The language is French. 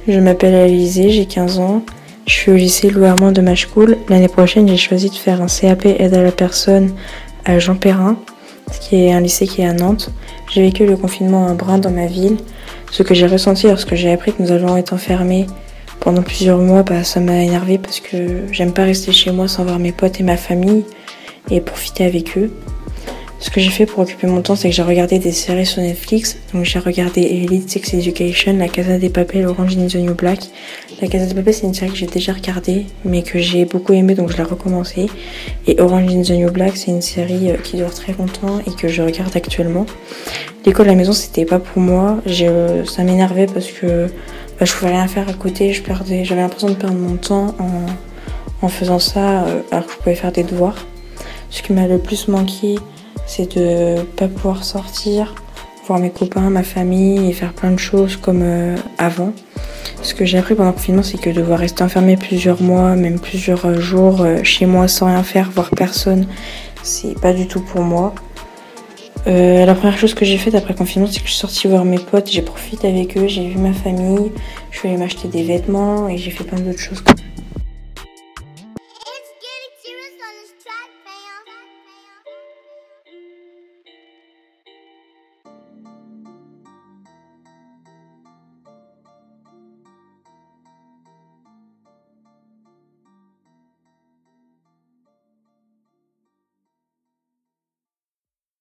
Je m'appelle Alizée, j'ai 15 ans. Je suis au lycée Louis Armand de Machecoul. L'année prochaine, j'ai choisi de faire un CAP aide à la personne à Jean Perrin, qui est un lycée qui est à Nantes. J'ai vécu le confinement un brin dans ma ville. Ce que j'ai ressenti lorsque j'ai appris que nous allions être enfermés pendant plusieurs mois, ça m'a énervée parce que j'aime pas rester chez moi sans voir mes potes et ma famille et profiter avec eux. Ce que j'ai fait pour occuper mon temps, c'est que j'ai regardé des séries sur Netflix. Donc j'ai regardé Elite, Sex Education, La Casa de Papel, Orange is the New Black. La Casa de Papel, c'est une série que j'ai déjà regardée, mais que j'ai beaucoup aimée, donc je l'ai recommencée. Et Orange is the New Black, c'est une série qui dure très longtemps et que je regarde actuellement. L'école à la maison, c'était pas pour moi. Ça m'énervait parce que je pouvais rien faire à côté. J'avais l'impression de perdre mon temps en faisant ça, alors que je pouvais faire des devoirs. Ce qui m'a le plus manqué, c'est de pas pouvoir sortir, voir mes copains, ma famille et faire plein de choses comme avant. Ce que j'ai appris pendant le confinement, c'est que devoir rester enfermé plusieurs mois, même plusieurs jours chez moi sans rien faire, voir personne, c'est pas du tout pour moi. La première chose que j'ai faite après le confinement, c'est que je suis sortie voir mes potes, j'ai profité avec eux, j'ai vu ma famille, je suis allée m'acheter des vêtements et j'ai fait plein d'autres choses comme ça.